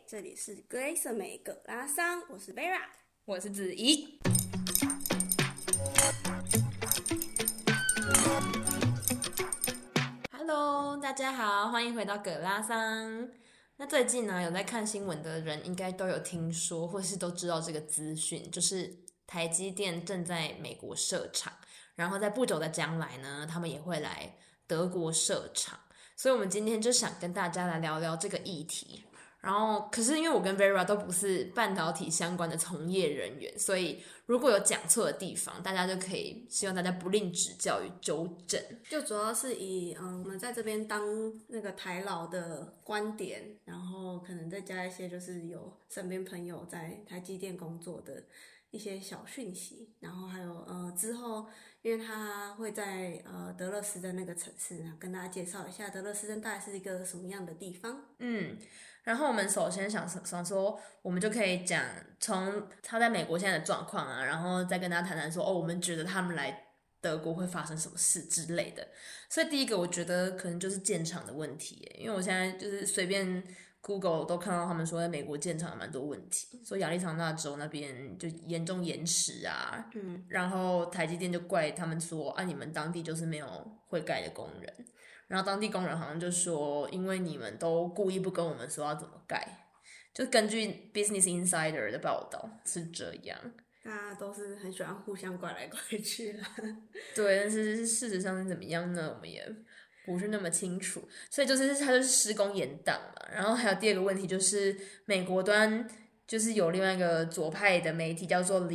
这里是格雷瑟美葛拉桑，我是 Vera， 我是子怡。Hello， 大家好，欢迎回到葛拉桑。那最近呢，有在看新闻的人应该都有听说，或是都知道这个资讯，就是台积电正在美国设厂，然后在不久的将来呢，他们也会来德国设厂。所以我们今天就想跟大家来聊聊这个议题。然后，可是因为我跟 Vera 都不是半导体相关的从业人员，所以如果有讲错的地方，大家就可以希望大家不吝指教与纠正。 就主要是以我们在这边当那个台老的观点，然后可能再加一些就是有身边朋友在台积电工作的一些小讯息，然后还有之后，因为他会在德勒斯登那个城市，跟大家介绍一下德勒斯登大概是一个什么样的地方。 然后我们首先想说，我们就可以讲从他在美国现在的状况啊，然后再跟大家谈谈说，我们觉得他们来德国会发生什么事之类的。所以第一个我觉得可能就是建厂的问题耶，因为我现在就是随便 Google 都看到他们说在美国建厂有蛮多问题，说亚利桑那州那边就严重延迟啊，然后台积电就怪他们说你们当地就是没有会盖的工人。然后当地工人好像就说，因为你们都故意不跟我们说要怎么盖，就根据 Business Insider 的报道是这样。 大家都是很喜欢互相怪来怪去的。 对，但是事实上是怎么样呢？我们也不是那么清楚。所以就是它就是施工延宕嘛。然后还有第二个问题就是美国端就是有另外一个左派的媒体叫做 The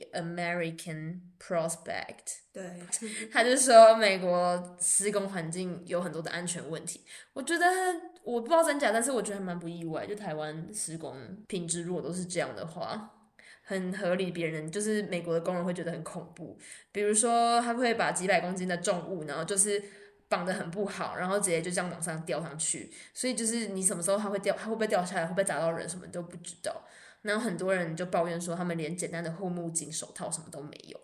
American Prospect， 对， 他就说美国施工环境有很多的安全问题。我觉得我不知道真假，但是我觉得还蛮不意外。就台湾施工品质如果都是这样的话，很合理。别人就是美国的工人会觉得很恐怖，比如说他会把几百公斤的重物，然后就是绑得很不好，然后直接就这样往上吊上去，所以就是你什么时候它会不会掉下来，会不会砸到人，什么都不知道。然后很多人就抱怨说，他们连简单的护目镜、手套什么都没有。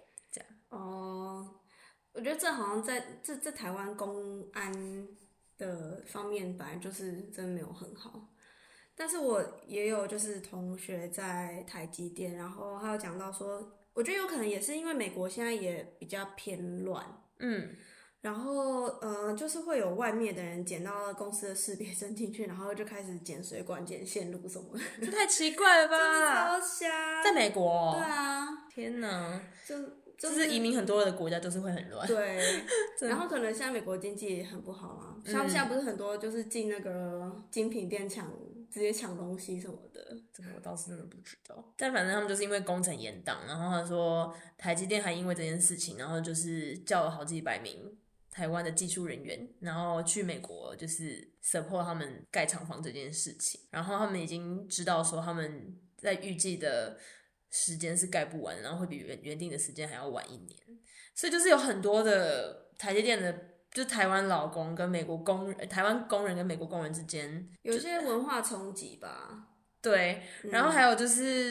我觉得这好像在台湾公安的方面本来就是真的没有很好，但是我也有就是同学在台积电，然后他有讲到说，我觉得有可能也是因为美国现在也比较偏乱，然后就是会有外面的人捡到公司的识别证进去，然后就开始剪水管、剪线路什么的， 这太奇怪了吧？ 真的超瞎。 在美国对啊， 天哪！ 就是移民很多的国家就是会很乱。 对，然后可能现在美国经济也很不好嘛，像现在不是很多就是进那个精品店直接抢东西什么的。 这个我倒是真的不知道，但反正他们就是因为工程延宕，然后他说台积电还因为这件事情，然后就是叫了好几百名台湾的技术人员，然后去美国就是 support 他们盖厂房这件事情，然后他们已经知道说他们在预计的时间是盖不完，然后会比原定的时间还要晚1年，所以就是有很多的台积电的，就是台湾劳工跟美国工人，台湾工人跟美国工人之间有些文化冲击吧。 对，然后还有就是，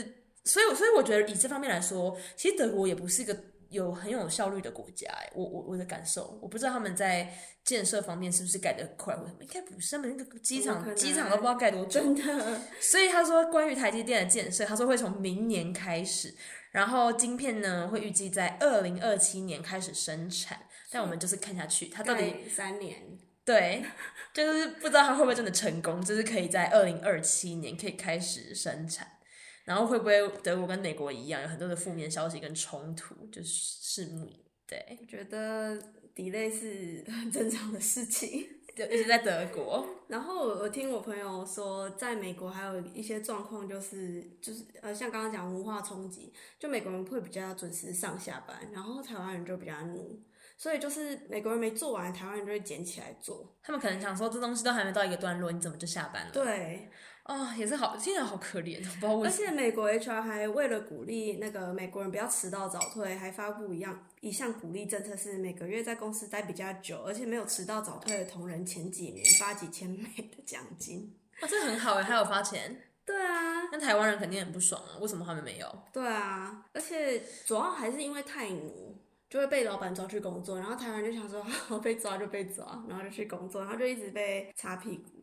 所以我觉得以这方面来说，其实德国也不是一个很有效率的国家。我的感受，我不知道他们在建设方面是不是盖得快，或者应该不是，他们那个机场都不知道盖多久。 真的。 所以他说，关于台积电的建设，他说会从明年开始，然后晶片呢会预计在2027年开始生产，但我们就是看下去，它到底 3年。 对，就是不知道他会不会真的成功，就是可以在2027年可以开始生产，然后会不会德国跟美国一样有很多的负面消息跟冲突，就是拭目以待。 我觉得 delay 是很正常的事情， 就一直在德国。 然后我听我朋友说，在美国还有一些状况，就是像刚刚讲文化冲击，就美国人会比较准时上下班，然后台湾人就比较努。所以就是美国人没做完，台湾人就会捡起来做。 他们可能想说，这东西都还没到一个段落，你怎么就下班了？ 对， 也是好，听起来好可怜，不知道为什么。 而且美国 HR 还为了鼓励那个美国人不要迟到早退，还发布一项鼓励政策，是每个月在公司待比较久，而且没有迟到早退的同仁，前几年发几千美的奖金。 这很好耶，还有发钱。 对啊， 那台湾人肯定很不爽啊，为什么他们没有？ 对啊，而且主要还是因为太奴。就会被老板抓去工作，然后台湾就想说好被抓就被抓，然后就去工作，然后就一直被擦屁股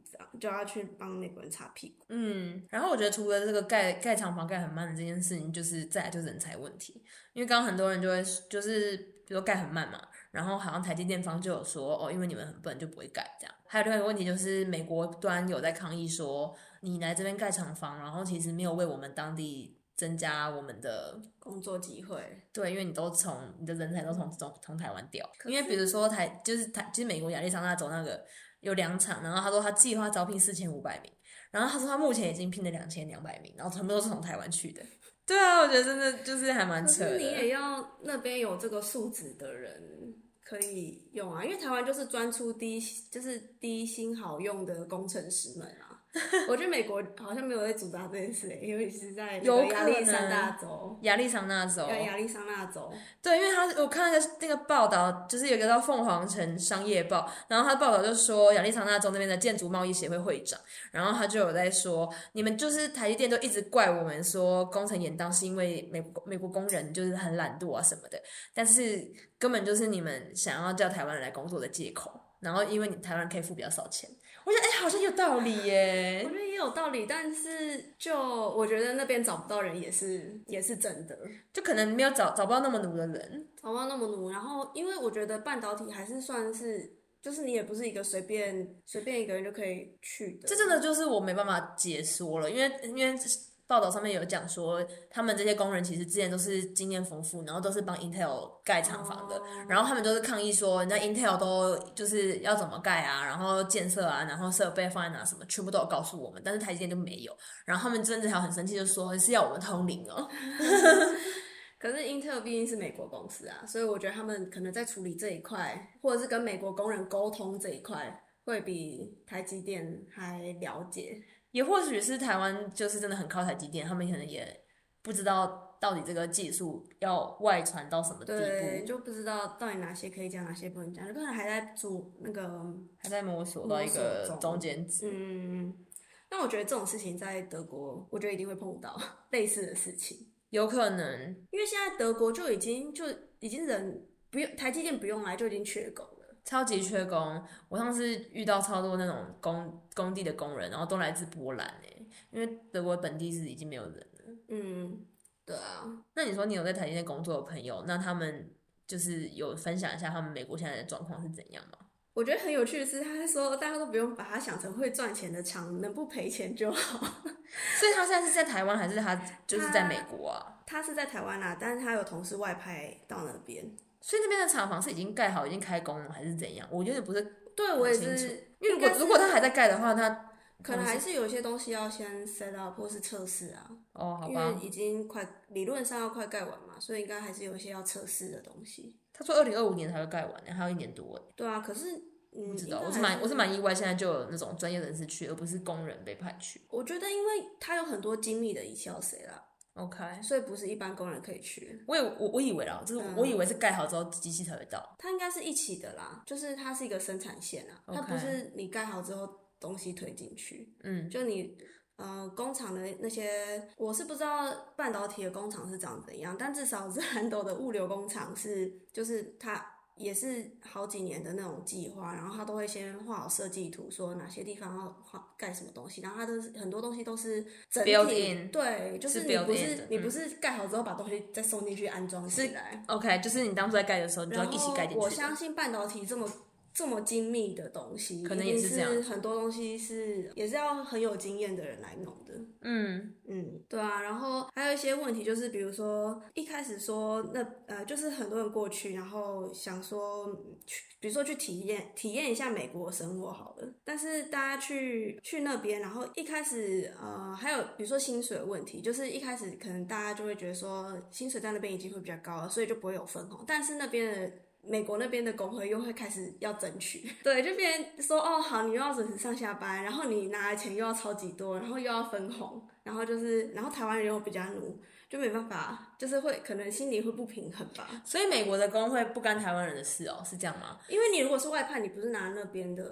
这样就要去帮美国人擦屁股。 然后我觉得除了这个盖厂房盖很慢的这件事情，就是再来就是人才问题，因为刚刚很多人就会就是比如说盖很慢嘛，然后好像台积电方就有说因为你们很笨就不会盖这样。还有另外一个问题就是美国端有在抗议说你来这边盖厂房，然后其实没有为我们当地增加我们的工作机会。 对，因为你的人才都从台湾调，因为比如说就是美国亚利桑那州那个有2厂，然后他说他计划招聘4500名，然后他说他目前已经聘了2200名，然后全部都是从台湾去的。对啊，我觉得真的就是还蛮扯的。 可是你也要那边有这个素质的人可以用啊，因为台湾就是专出低薪好用的工程师们啊。我觉得美国好像没有在主打这件事，尤其是在亚利桑那州。 亚利桑那州。对，因为我看那个报道，就是有一个叫凤凰城商业报，然后他报道就说亚利桑那州那边的建筑贸易协会会长，然后他就有在说，你们就是台积电都一直怪我们说工程延宕是因为美国工人就是很懒惰啊什么的，但是根本就是你们想要叫台湾人来工作的借口。然后因为你台湾人可以付比较少钱，我觉得好像有道理耶。 我觉得也有道理，但是我觉得那边找不到人也是真的， 就可能没有找不到那么努的人， 找不到那么努。然后因为我觉得半导体还是算是，就是你也不是一个随便一个人就可以去的。 这真的就是我没办法解说了，因为报道上面有讲说，他们这些工人其实之前都是经验丰富，然后都是帮 Intel 盖厂房的，然后他们都是抗议说，人家 Intel 都就是要怎么盖啊，然后建设啊，然后设备放在哪什么，全部都有告诉我们，但是台积电就没有，然后他们甚至还很生气，就说是要我们通灵哦。 可是 Intel 毕竟是美国公司啊，所以我觉得他们可能在处理这一块，或者是跟美国工人沟通这一块，会比台积电还了解。 也或许是台湾就是真的很靠台积电，他们可能也不知道到底这个技术要外传到什么地步， 对，就不知道到底哪些可以讲，哪些不能讲，可能还在还在摸索到一个中间值。 那我觉得这种事情在德国，我觉得一定会碰到类似的事情， 有可能， 因为现在德国就已经人不用台积电不用来就已经缺工了。 超级缺工，我上次遇到超多那种工地的工人，然后都来自波兰因为德国本地是已经没有人了。 对啊。 那你说你有在台积电工作的朋友，那他们就是有分享一下他们美国现在的状况是怎样吗？ 我觉得很有趣的是，他说大家都不用把它想成会赚钱的厂，能不赔钱就好。 所以他现在是在台湾还是他就是在美国啊？ 他是在台湾啊，但是他有同事外派到那边。 所以那边的厂房是已经盖好、已经开工了，还是怎样？我觉得不是。 对，我也是。 因为如果他还在盖的话，他可能还是有一些东西要先 set up 或是测试啊。 好吧。 因为已经理论上要快盖完嘛，所以应该还是有一些要测试的东西。 他说2025年才会盖完，还有1年多。 对啊，可是不知道，我是蛮意外，现在就有那种专业人士去，而不是工人被派去。 我觉得，因为他有很多精密的仪器要塞啦。 OK， 所以不是一般工人可以去。 我以为啦，就是我以为是盖好之后机器才会到。 它应该是一起的啦，就是它是一个生产线啊，它不是你盖好之后东西推进去。就你工厂的那些，我是不知道半导体的工厂是长怎样，但至少是韩斗的物流工厂就是它也是好几年的那种计划，然后他都会先画好设计图，说哪些地方要盖什么东西，然后他都是很多东西都是整体 built in， 对，就是你不是盖好之后把东西再送进去安装起来。 OK， 就是你当初在盖的时候，你就要一起盖进去。 我相信半导体这么精密的东西， 可能也是这样， 很多东西也是要很有经验的人来弄的。对啊。然后还有一些问题，就是比如说一开始说就是很多人过去，然后想说比如说去体验一下美国生活好了，但是大家去那边，然后一开始还有比如说薪水的问题，就是一开始可能大家就会觉得说薪水在那边已经会比较高了，所以就不会有分红，但是美国那边的工会又会开始要争取，对，就变成说好，你又要准时上下班，然后你拿的钱又要超级多，然后又要分红，然后台湾人又比较奴，就没办法，就是可能心里会不平衡吧。 所以美国的工会不干台湾人的事是这样吗？ 因为你如果是外派，你不是拿那边的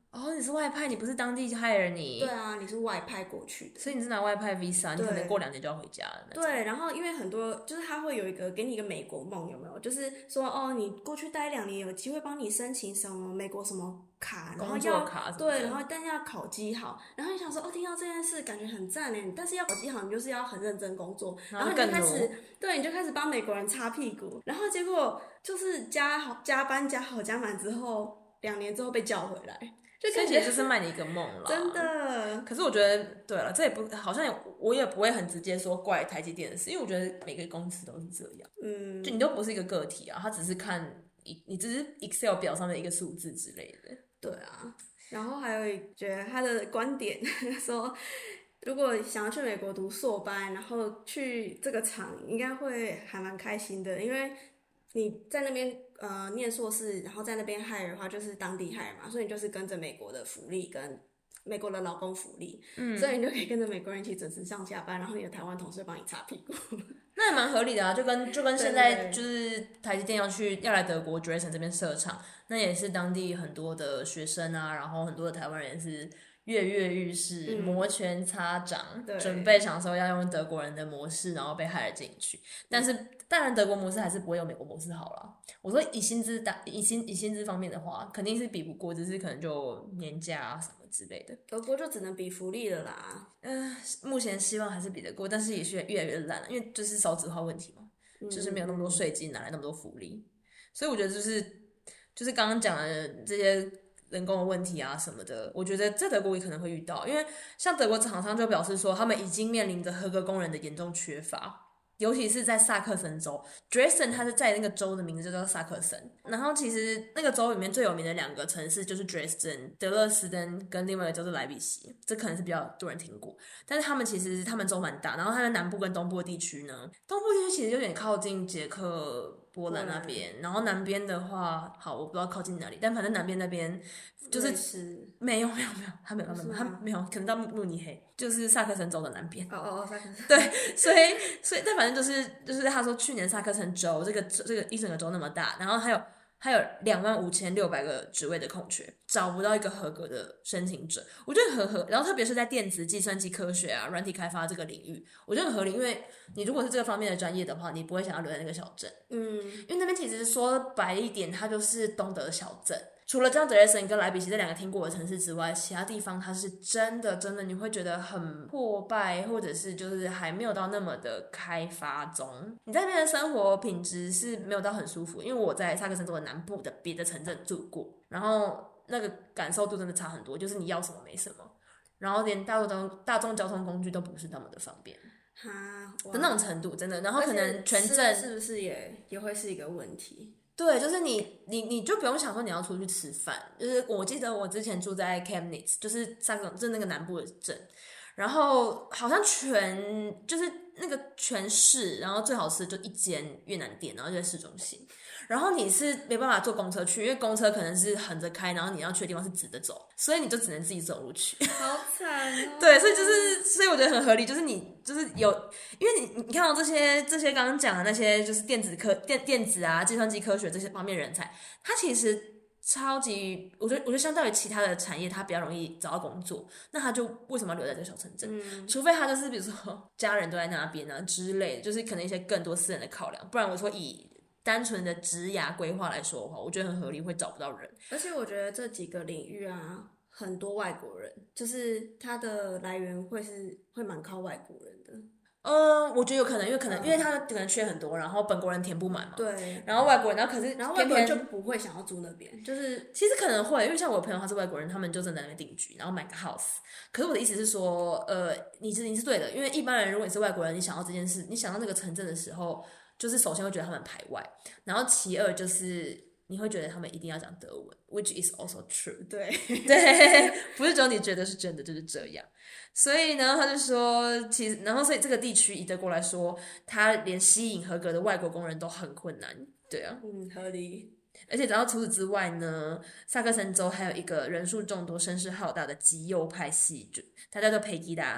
哦，你是外派，你不是当地 hire 你。 对啊，你是外派过去的。 所以你是拿外派 visa， 你可能过2年就要回家了那种。 对，然后因为很多就是他会有一个给你一个美国梦，有没有？就是说哦，你过去待2年，有机会帮你申请什么美国什么卡，然后工作卡什么的。 对，然后但要考绩好，然后你想说哦，听到这件事感觉很赞嘞，但是要考绩好，你就是要很认真工作，然后你就开始对，你就开始帮美国人擦屁股，然后结果就是加班加好加满之后，2年之后被叫回来。就所以其实就是卖你一个梦啦， 真的。 可是我觉得，对了，这也不好像我也不会很直接说怪台积电的事，因为我觉得每个公司都是这样，就你都不是一个个体啊，他只是看你只是 Excel 表上的一个数字之类的。 对啊，然后还有觉得他的观点说，如果想要去美国读硕班，然后去这个厂，应该会还蛮开心的，因为你在那边念硕士，然后在那边hire的话，就是当地hire嘛，所以你就是跟着美国的福利跟美国的劳工福利，所以你就可以跟着美国人一起准时上下班，然后你的台湾同事会帮你擦屁股。 那也蛮合理的啊，就跟现在就是台积电要来德国 Dresden 这边设厂，那也是当地很多的学生啊，然后很多的台湾人是跃跃欲试，摩拳擦掌，准备想说要用德国人的模式，然后被害了进去。但是当然德国模式还是不会有美国模式好啦。我说以薪资方面的话，肯定是比不过，只是可能就年假啊什么之类的。 德国就只能比福利了啦。 目前希望还是比得过，但是也是越来越烂了，因为就是少子化问题嘛，就是没有那么多税金，哪来那么多福利？所以我觉得就是刚刚讲的这些人工的问题啊什么的，我觉得在德国也可能会遇到，因为像德国厂商就表示说，他们已经面临着合格工人的严重缺乏。尤其是在萨克森州 ，Dresden 它是在那个州的名字就叫萨克森。然后其实那个州里面最有名的2个城市就是 Dresden、德勒斯登跟另外一个叫做莱比锡，这可能是比较多人听过。但是他们州蛮大，然后它的南部跟东部的地区呢，东部地区其实有点靠近捷克、波兰那边，然后南边的话，好我不知道靠近哪里，但反正南边那边就是没有，他没有，可能到慕尼黑，就是萨克森州的南边。 萨克森。 对，所以但反正就是他说去年萨克森州这个一整个州那么大，然后还有25600个职位的空缺，找不到一个合格的申请者，我觉得很合。然后特别是在电子、计算机科学啊、软体开发这个领域，我觉得很合理，因为你如果是这个方面的专业的话，你不会想要留在那个小镇，因为那边其实说白一点，它就是东德小镇。除了像德累斯顿跟莱比锡这2个听过的城市之外，其他地方它是真的你会觉得很破败，或者是就是还没有到那么的开发中。你在那边的生活品质是没有到很舒服，因为我在萨克森州的南部的别的城镇住过，然后那个感受度真的差很多，就是你要什么没什么，然后连大众交通工具都不是那么的方便的那种程度，真的。然后可能全镇是不是也会是一个问题？ 对，就是你就不用想说你要出去吃饭，就是我记得我之前住在 Chemnitz，就是那个南部的镇，然后好像就是那个全市，然后最好吃的就一间越南店，然后就在市中心，然后你是没办法坐公车去，因为公车可能是横着开，然后你要去的地方是直的走，所以你就只能自己走路去。 好惨哦。 对，所以我觉得很合理，就是你就是有，因为你看到这些刚刚讲的那些就是电子啊、计算机科学这些方面人才，他其实超级，我觉得相对于其他的产业，他比较容易找到工作，那他就为什么要留在这个小城镇？除非他就是比如说家人都在那边啊之类的，就是可能一些更多私人的考量，不然我说以单纯的职涯规划来说的话，我觉得很合理，会找不到人。 而且我觉得这几个领域啊，很多外国人，就是它的来源会蛮靠外国人的。 我觉得有可能，因为他可能缺很多，然后本国人填不满嘛。 对。 然后外国人，然后外国人就不会想要住那边，就是其实可能会，因为像我朋友他是外国人，他们就真的在那边定居，然后买个 house。可是我的意思是说，你是对的，因为一般人如果你是外国人，你想到这件事，你想到那个城镇的时候，就是首先会觉得他们排外，然后其二就是你会觉得他们一定要讲德文 ，which is also true。 对， 不是只有你觉得是真的，就是这样。所以呢，他就说，然后所以这个地区以德国来说，他连吸引合格的外国工人都很困难。对啊， 合理。 而且，然后除此之外呢，萨克森州还有一个人数众多、声势浩大的极右派系，它叫做佩吉达。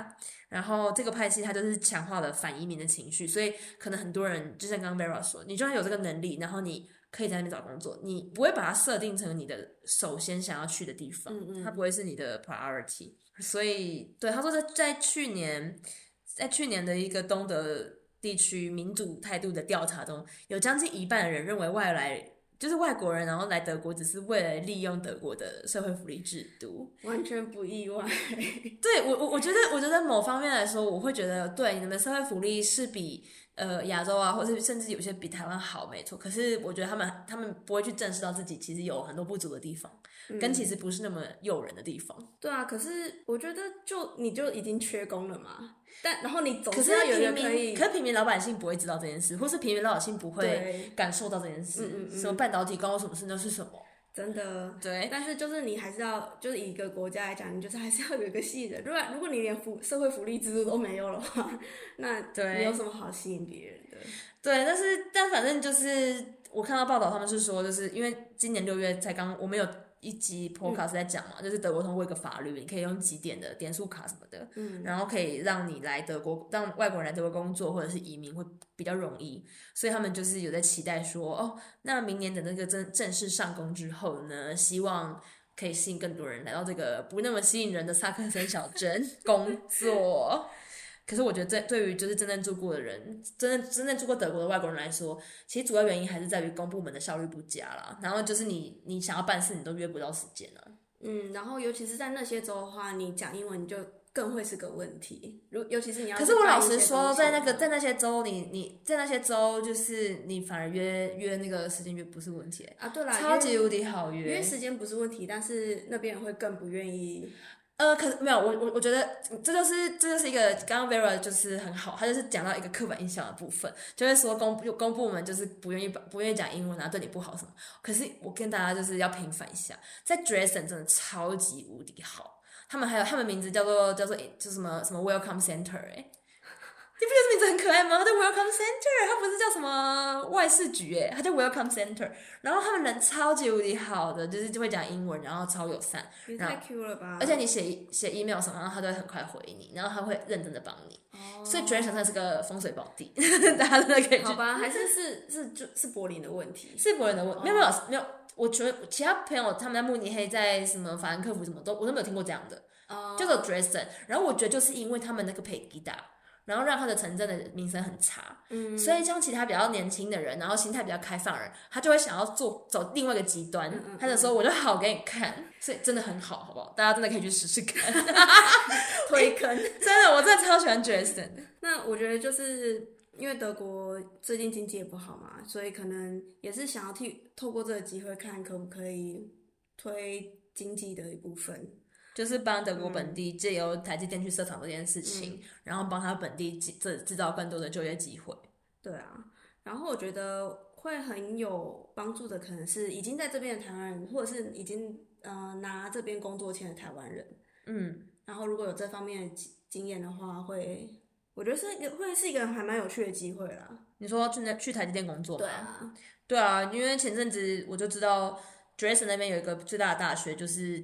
然后这个派系它就是强化了反移民的情绪，所以可能很多人就像刚刚 Vera 说，你就算有这个能力，然后你可以在那边找工作，你不会把它设定成你的首先想要去的地方，它不会是你的 priority。所以对他说在去年的一个东德地区民主态度的调查中，有将近一半的人认为就是外国人，然后来德国只是为了利用德国的社会福利制度， 完全不意外。 对我觉得某方面来说，我会觉得对你们的社会福利是比亚洲啊，或是甚至有些比台湾好，没错。可是我觉得他们不会去正视到自己其实有很多不足的地方，跟其实不是那么诱人的地方。 对啊，可是我觉得你就已经缺工了嘛，然后你总是要有一个可以， 可是平民老百姓不会知道这件事，或是平民老百姓不会感受到这件事。什么半导体关我什么事？那是什么？ 真的对， 但是就是你还是要，就是以一个国家来讲，你就是还是要有一个吸引人。如果你连社会福利制度都没有的话，那你有什么好吸引别人的？ 对，但反正就是我看到报道，他们是说，就是因为今年6月我们有一集 podcast 在讲嘛，就是德国通过一个法律，你可以用几点的点数卡什么的，然后可以让你来德国，让外国人来德国工作或者是移民会比较容易，所以他们就是有在期待说，哦，那明年等那个正式上工之后呢，希望可以吸引更多人来到这个不那么吸引人的萨克森小镇工作。可是我觉得对于就是真正住过的人，真正住过德国的外国人来说，其实主要原因还是在于公部门的效率不佳啦。然后就是你想要办事，你都约不到时间啊。 然后尤其是在那些州的话，你讲英文你就更会是个问题。尤其是你要， 可是我老实说，在那些州，你在那些州，就是你反而约那个时间约不是问题啊。对啦， 超级无敌好约时间不是问题，但是那边人会更不愿意。 可是没有，我觉得这就是一个刚刚 Vera 就是很好，他就是讲到一个刻板印象的部分，就是说公部门就是不愿意讲英文啊，对你不好什么。可是我跟大家就是要平反一下，在 Dresden 真的超级无敌好，他们名字叫做就什么 Welcome Center 你不觉得这名字很可爱吗？它叫 Welcome Center， 它不是叫什么外事局它叫 Welcome Center。然后他们人超级无敌好的，就是就会讲英文，然后超友善。 也太 Q 了吧！ 而且你写 email 什么，然后他都会很快回你，然后他会认真的帮你。所以 Dresden 真的是个风水宝地，大家真的可以去。 好吧，还是柏林的问题。 是柏林的问题，没有。我觉得其他朋友他们在慕尼黑，在什么法兰克福什么我都没有听过这样的，叫做 Dresden。然后我觉得就是因为他们那个佩吉达。然后让他的城镇的名声很差，所以像其他比较年轻的人，然后心态比较开放的人，他就会想要走另外一个极端。他就说我就好给你看，所以真的很好，好不好？大家真的可以去试试看。 推坑， 真的，我真的超喜欢 Dresden。 那我觉得就是因为德国最近经济也不好嘛，所以可能也是想要透过这个机会看可不可以推经济的一部分。 就是帮德国本地借由台积电去设厂这件事情，然后帮他本地制造更多的就业机会。 对啊，然后我觉得会很有帮助的，可能是已经在这边的台湾人，或者是已经拿这边工作签的台湾人。然后如果有这方面的经验的话，我觉得会是一个还蛮有趣的机会啦。 你说去台积电工作吗？ 对啊， 对啊，因为前阵子我就知道。Dresden 那边有一个最大的大学，就是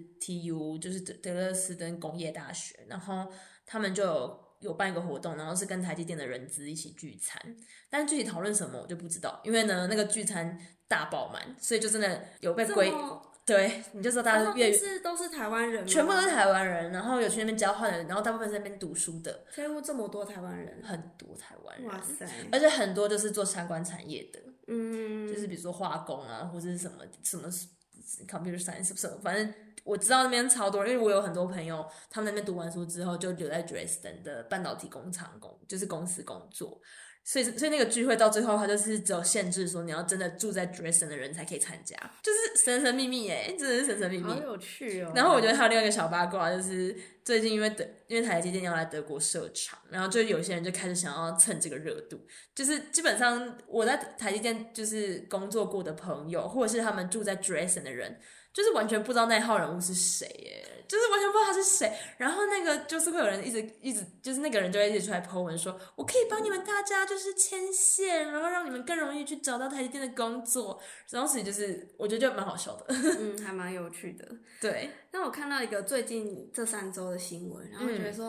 TU， 就是德勒斯登工业大学，然后他们就有办一个活动，然后是跟台积电的人资一起聚餐，但是具体讨论什么我就不知道，因为呢那个聚餐大爆满，所以就真的有被对，你就知道大家都是台湾人吗？ 全部都是台湾人，然后有去那边交换的人，然后大部分是在那边读书的。 所以这么多台湾人， 很多台湾人， 哇塞！ 而且很多就是做相关产业的，就是比如说化工啊，或者是什么 computer science 什么，反正我知道那边超多人，因为我有很多朋友，他们那边读完书之后就留在 Dresden 的半导体工厂就是公司工作。所以那个聚会到最后，它就是只有限制说你要真的住在 Dresden 的人才可以参加，就是神神秘秘真的是神神秘秘， 好有趣哦。 然后我觉得还有另外一个小八卦，就是最近因为台积电要来德国设厂，然后就有些人就开始想要蹭这个热度，就是基本上我在台积电就是工作过的朋友，或者是他们住在 Dresden 的人，就是完全不知道那号人物是谁就是完全不知道他是谁，然后那个就是会有人一直就是那个人就会一直出来 po 文说，我可以帮你们大家就是牵线，然后让你们更容易去找到台积电的工作，然后所以就是我觉得就蛮好笑的， 还蛮有趣的。 对。 但我看到一个最近这3周的新闻，然后觉得说，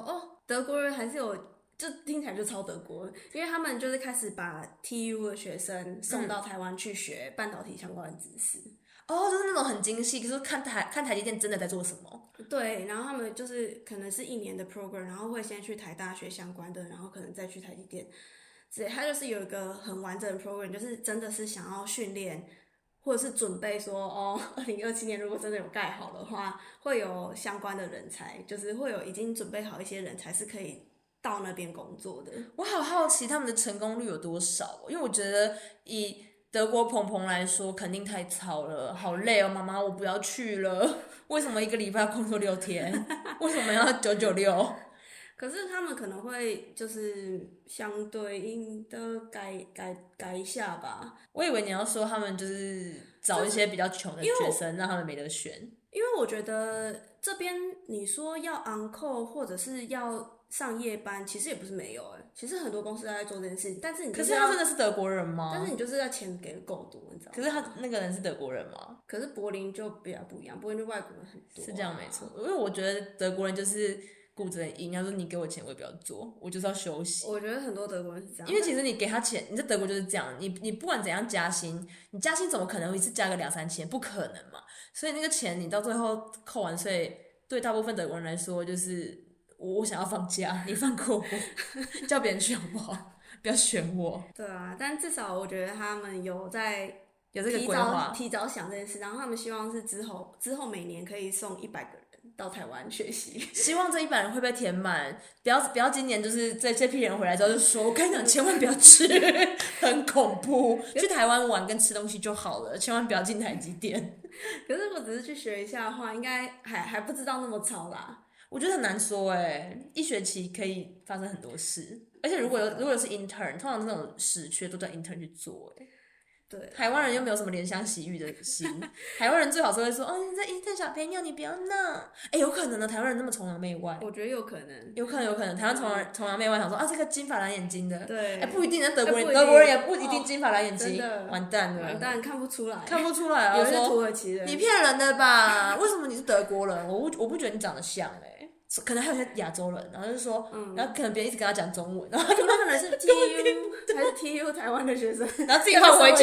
德国人还是有，就听起来就超德国，因为他们就是开始把 TU 的学生送到台湾去学半导体相关的知识。 就是那种很精细，可是看台积电真的在做什么。 对，然后他们就是可能是1年的 program， 然后会先去台大学相关的，然后可能再去台积电之类。他就是有一个很完整的 program， 就是真的是想要训练或者是准备说2027年如果真的有盖好的话，会有相关的人才，就是会有已经准备好一些人才是可以到那边工作的。 我好好奇他们的成功率有多少，因为我觉得以德国鹏鹏来说肯定太吵了，好累哦，妈妈我不要去了。为什么一个礼拜要工作6天？为什么要996？ 可是他们可能会就是相对应的改一下吧。 我以为你要说他们就是找一些比较穷的学生，让他们没得选。 因为我觉得这边你说要 on call 或者是要上夜班，其实也不是没有其实很多公司都在做这件事情，但是可是他真的是德国人吗？ 但是你就是要钱给的够多，你知道吗？ 可是他那个人是德国人吗？ 可是柏林就比较不一样，柏林就外国人很多是这样没错。因为我觉得德国人就是固执的硬，要说你给我钱我也不要做，我就是要休息。 我觉得很多德国人是这样， 因为其实你给他钱，你在德国就是这样，你不管怎样加薪，你加薪怎么可能一次加个2-3千，不可能嘛。所以那个钱你到最后扣完税，对大部分德国人来说就是我想要放假，你放过我，叫别人去好不好？不要选我。 对啊，但至少我觉得他们有这个规划， 提早想这件事，然后他们希望是之后每年可以送100个人到台湾学习。 希望这100人会被填满，不要今年就是这批人回来之后就说，我跟你讲，千万不要吃，很恐怖。去台湾玩跟吃东西就好了，千万不要进台积电。 可是如果只是去学一下的话，应该还不知道那么吵啦。 我觉得很难说一学期可以发生很多事，而且如果是 intern， 通常这种实缺都叫 intern 去做对， 台湾人又没有什么怜香惜玉的心，台湾人最好是会说你这intern小朋友你不要闹，有可能呢，台湾人那么崇洋媚外， 我觉得有可能， 有可能，台湾崇洋媚外，想说这个金发蓝眼睛的， 对， 不一定，那德国人也不一定金发蓝眼睛，完蛋了， 完蛋，看不出来啊， 有些土耳其人， 你骗人的吧？为什么你是德国人？我不觉得你长得像可能还有些亚洲人，然后就说，然后可能别人一直跟他讲中文，然后可能是 TU 还是 TU 台湾的学生， 然后自己换回去，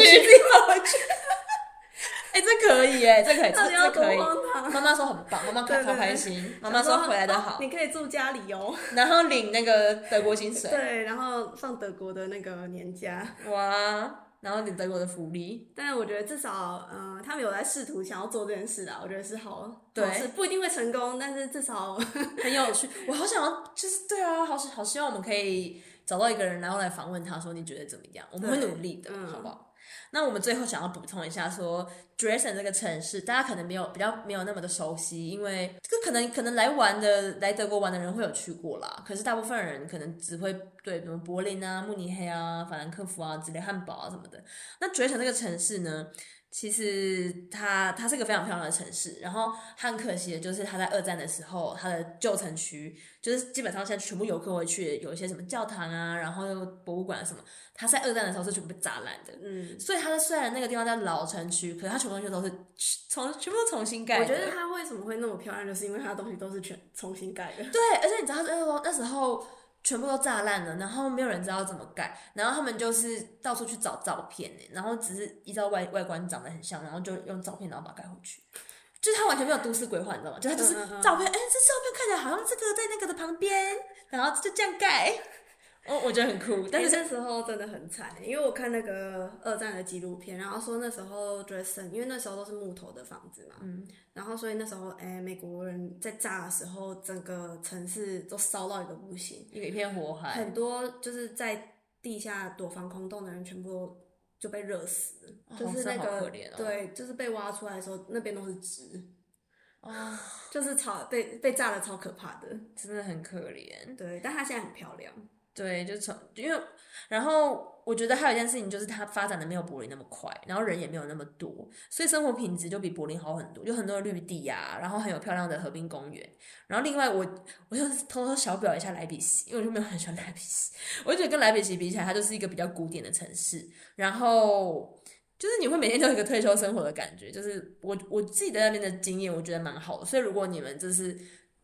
这可以这可以，妈妈说很棒，妈妈超开心，妈妈说回来的好， 你可以住家里然后领那个德国薪水， 对，然后放德国的那个年假， 哇。然后领德国的福利， 但是我觉得至少，他们有在试图想要做这件事我觉得是好， 对， 是不一定会成功，但是至少很有趣。我好想要，就是对啊，好希望我们可以找到一个人，然后来访问他说你觉得怎么样？我们会努力的，好不好？那我们最后想要补充一下说 Dresden 这个城市，大家可能比较没有那么的熟悉，因为这个可能来德国玩的人会有去过啦，可是大部分人可能只会对什么柏林啊、慕尼黑啊、法兰克福啊之类、汉堡啊什么的。那 Dresden 这个城市呢，其实它是一个非常漂亮的城市，然后很可惜的就是它在2战的时候，它的旧城区就是基本上现在全部游客会去，有一些什么教堂啊，然后博物馆啊什么，它在2战的时候是全部被炸烂的，所以它虽然那个地方在老城区，可是它全部东西都是全部都重新盖的。 我觉得它为什么会那么漂亮，就是因为它的东西都是重新盖的。 对，而且你知道那时候全部都炸烂了，然后没有人知道怎么盖，然后他们就是到处去找照片然后只是依照外观长得很像，然后就用照片然后把它盖回去，就是他完全没有都市规划，你知道吗？就他就是照片，这照片看起来好像这个在那个的旁边，然后就这样盖。我觉得很酷，但是那时候真的很惨，因为我看那个2战的纪录片，然后说那时候 Dresden， 因为那时候都是木头的房子嘛，然后所以那时候美国人在炸的时候，整个城市都烧到一个不行， 一片火海， 很多就是在地下躲防空洞的人全部就被热死了，就是那个对，就是被挖出来的时候，那边都是纸。就是被炸的超可怕的， 真的很可怜。 对，但它现在很漂亮。 对，因为然后我觉得还有一件事情就是它发展的没有柏林那么快，然后人也没有那么多，所以生活品质就比柏林好很多，有很多的绿地然后很有漂亮的河滨公园。然后另外我就偷偷小表一下莱比锡，因为我就没有很喜欢莱比锡，我就觉得跟莱比锡比起来，它就是一个比较古典的城市，然后就是你会每天都有一个退休生活的感觉，就是我自己在那边的经验我觉得蛮好的，所以如果你们就是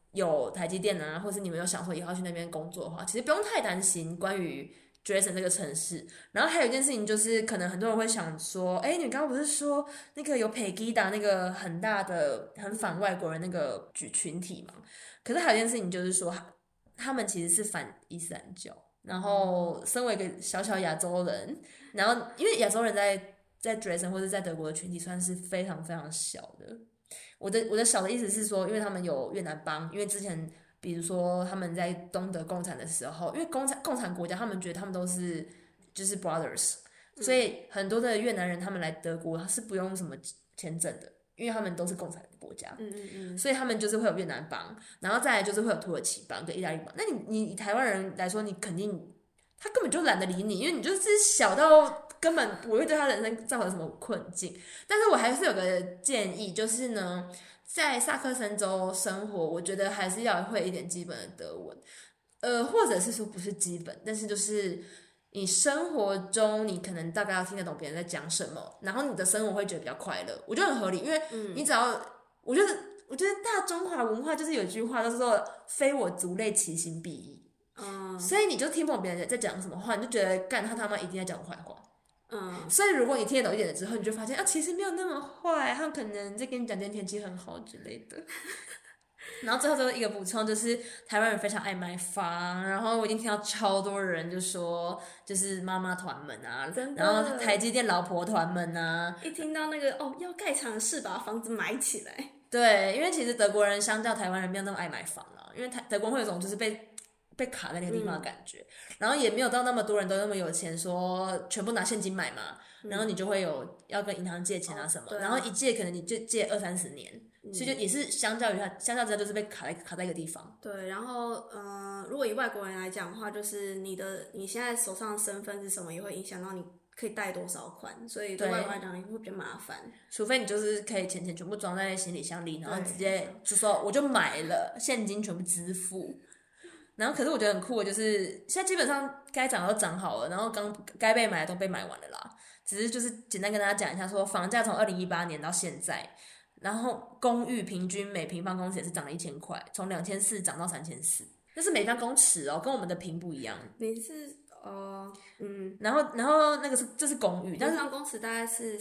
有台积电啊，或是你们有想说以后要去那边工作的话，其实不用太担心关于 Dresden 这个城市。然后还有一件事情就是，可能很多人会想说，哎，你刚刚不是说那个有 Pegida 那个很大的很反外国人那个群体嘛？可是还有一件事情就是说，他们其实是反伊斯兰教。然后身为一个小小亚洲人，然后因为亚洲人在 Dresden 或者在德国的群体算是非常非常小的。我的小的意思是说，因为他们有越南帮，因为之前比如说他们在东德共产的时候，因为共产国家他们觉得他们都是就是 brothers，所以很多的越南人他们来德国是不用什么签证的，因为他们都是共产国家，所以他们就是会有越南帮，然后再来就是会有土耳其帮跟意大利帮。那你台湾人来说，你肯定他根本就懒得理你，因为你就是小到根本不会对他人生造成什么困境。但是我还是有个建议，就是呢，在萨克森州生活，我觉得还是要会一点基本的德文，或者是说不是基本，但是就是你生活中你可能大概要听得懂别人在讲什么，然后你的生活会觉得比较快乐，我觉得很合理，因为你只要，我觉得大中华文化就是有一句话叫做“非我族类，其心必异”。所以你就听不懂别人在讲什么话，你就觉得干他妈一定在讲我坏话。所以如果你听得懂一点了之后，你就发现啊，其实没有那么坏，他们可能在跟你讲今天天气很好之类的。然后最后一个补充就是，台湾人非常爱买房，然后我已经听到超多人就说，就是妈妈团们啊，然后台积电老婆团们啊， 一听到那个要盖厂是把房子买起来。 对，因为其实德国人相较台湾人没有那么爱买房啦，因为德国人会有一种就是被卡在那个地方的感觉，然后也没有到那么多人都那么有钱，说全部拿现金买嘛，然后你就会有要跟银行借钱啊什么，然后一借可能你就借20-30年，所以就也是相较之下就是被卡在一个地方。 对，然后如果以外国人来讲的话，就是你现在手上的身份是什么，也会影响到你可以贷多少款，所以对外国人来讲你会比较麻烦。 除非你就是可以钱全部装在行李箱里，然后直接就说我就买了，现金全部支付。然后可是我觉得很酷的就是现在基本上该涨都涨好了，然后该被买的都被买完了啦。只是就是简单跟大家讲一下说，房价从2018年到现在，然后公寓平均每平方公尺也是涨了1000块，从2400涨到3400，那是每平方公尺哦，跟我们的平不一样。 你是然后这是公寓，但是平方公尺大概是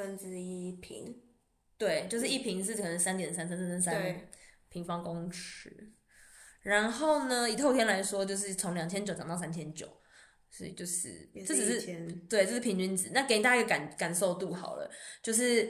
1/3平， 对，就是一平是可能3.3平方公尺。然后呢，以透天来说，就是从2900涨到3900，所以就是这只是对，这是平均值。那给大家一个感受度好了，就是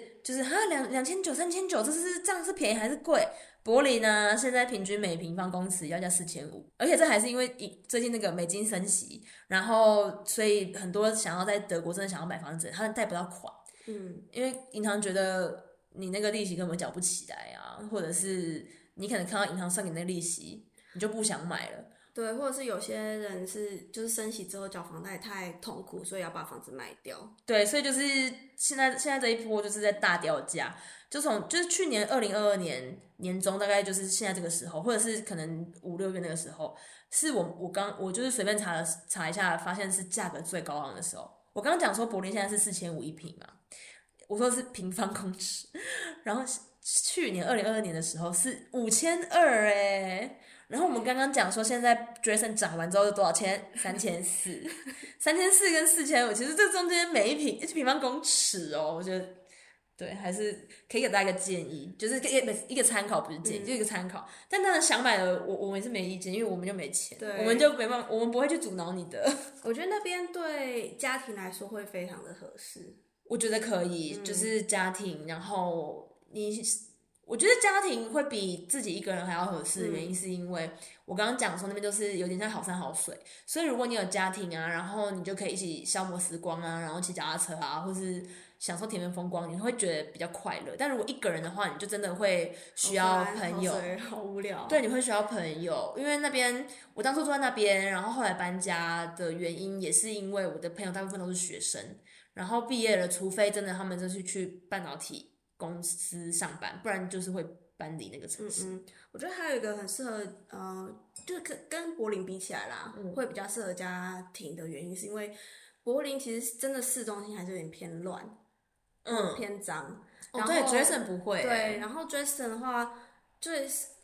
2900、3900，这样是便宜还是贵？柏林呢，现在平均每平方公尺要价4500，而且这还是因为最近那个美金升息，然后所以很多想要在德国真的想要买房子，他们贷不到款，因为银行觉得你那个利息根本缴不起来啊，或者是你可能看到银行算给那个利息。你就不想买了， 对，或者是有些人就是升息之后缴房贷太痛苦，所以要把房子卖掉。 对，所以就是现在这一波就是在大掉价，就是去年2022年年中，大概就是现在这个时候，或者是可能5、6月那个时候，是我就是随便查一下，发现是价格最高昂的时候。我刚刚讲说柏林现在是4500一平嘛，我说是平方公尺，然后去年2022年的时候是5200哎。然后我们刚刚讲说，现在 Dresden 涨完之后是多少钱？3400，3400跟4500，其实这中间每一平方公尺哦，我觉得对，还是可以给大家一个建议，就是一个参考，不是建议，就一个参考。但当然想买的，我们也是没意见，因为我们就没钱，我们就没办法，我们不会去阻挠你的。 我觉得那边对家庭来说会非常的合适。 我觉得可以，就是家庭，然后我觉得家庭会比自己一个人还要合适的原因，是因为我刚刚讲说那边就是有点像好山好水，所以如果你有家庭啊，然后你就可以一起消磨时光啊，然后骑脚踏车啊，或是享受田园风光，你会觉得比较快乐。但如果一个人的话，你就真的会需要朋友， 好无聊。 对，你会需要朋友，因为那边我当初住在那边，然后后来搬家的原因也是因为我的朋友大部分都是学生，然后毕业了，除非真的他们就是去半导体公司上班，不然就是会搬离那个城市。 我觉得还有一个很适合，就是跟柏林比起来啦，会比较适合家庭的原因，是因为柏林其实真的市中心还是有点偏乱，偏脏。 对 ，Dresden 不会。 对，然后 Dresden 的话，就是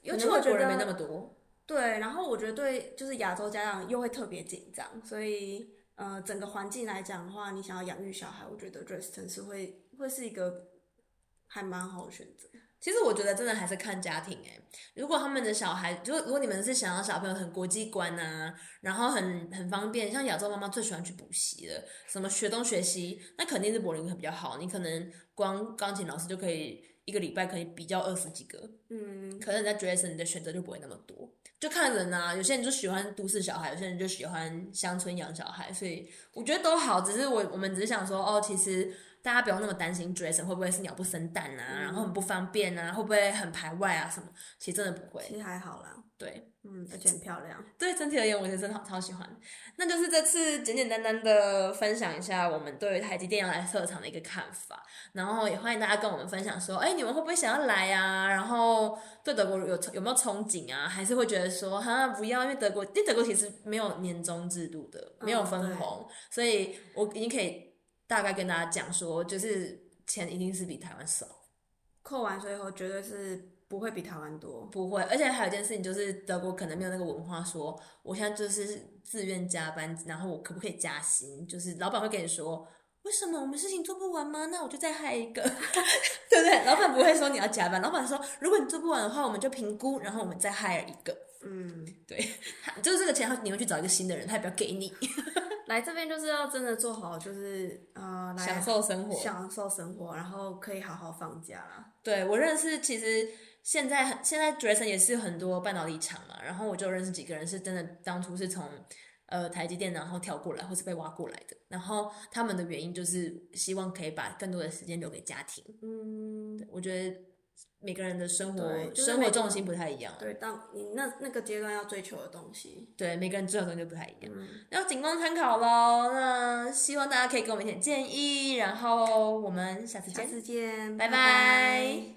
尤其我觉可能外国人没那得么多。 对，然后我觉得对就是亚洲家长又会特别紧张，所以整个环境来讲的话，你想要养育小孩，我觉得 Dresden 是会是一个还蛮好的选择。 其实我觉得真的还是看家庭如果他们的小孩，就如果你们是想要小朋友很国际观啊，然后很方便，像亚洲妈妈最喜欢去补习了，什么学东学西，那肯定是柏林会比较好。你可能光钢琴老师就可以一个礼拜可以比较20几个，可能你在 Dresden 你的选择就不会那么多。就看人啊，有些人就喜欢都市小孩，有些人就喜欢乡村养小孩，所以我觉得都好。只是我们只是想说，哦，其实大家不用那么担心 Dresden 会不会是鸟不生蛋啊，然后很不方便啊，会不会很排外啊什么？其实真的不会， 其实还好啦， 对。 而且很漂亮。 对整体而言，我觉得真的超喜欢。那就是这次简简单单的分享一下我们对于台积电要来设厂的一个看法，然后也欢迎大家跟我们分享说，哎，你们会不会想要来啊？然后对德国有没有憧憬啊？还是会觉得说，哈，不要，因为德国其实没有年终制度的，没有分红，所以我已经可以大概跟大家讲说，就是钱一定是比台湾少。 扣完税后绝对是不会比台湾多， 不会，而且还有一件事情就是德国可能没有那个文化说，我现在就是自愿加班，然后我可不可以加薪？就是老板会跟你说，为什么我们事情做不完吗？那我就再害一个，对不对？老板不会说你要加班，老板说如果你做不完的话，我们就评估，然后我们再害一个。对，就是这个钱你会去找一个新的人，他也不要给你。 来这边就是要真的做好，就是来享受生活， 享受生活，然后可以好好放假啦。 对，我认识，其实现在Dresden 也是很多半导体厂嘛，然后我就认识几个人是真的当初是从台积电然后跳过来，或是被挖过来的，然后他们的原因就是希望可以把更多的时间留给家庭。我觉得每个人的生活重心不太一样。 对，当你那个阶段要追求的东西， 对，每个人追求的东西就不太一样，要仅供参考咯。那希望大家可以给我们一点建议，然后我们下次见， 下次见， 拜拜。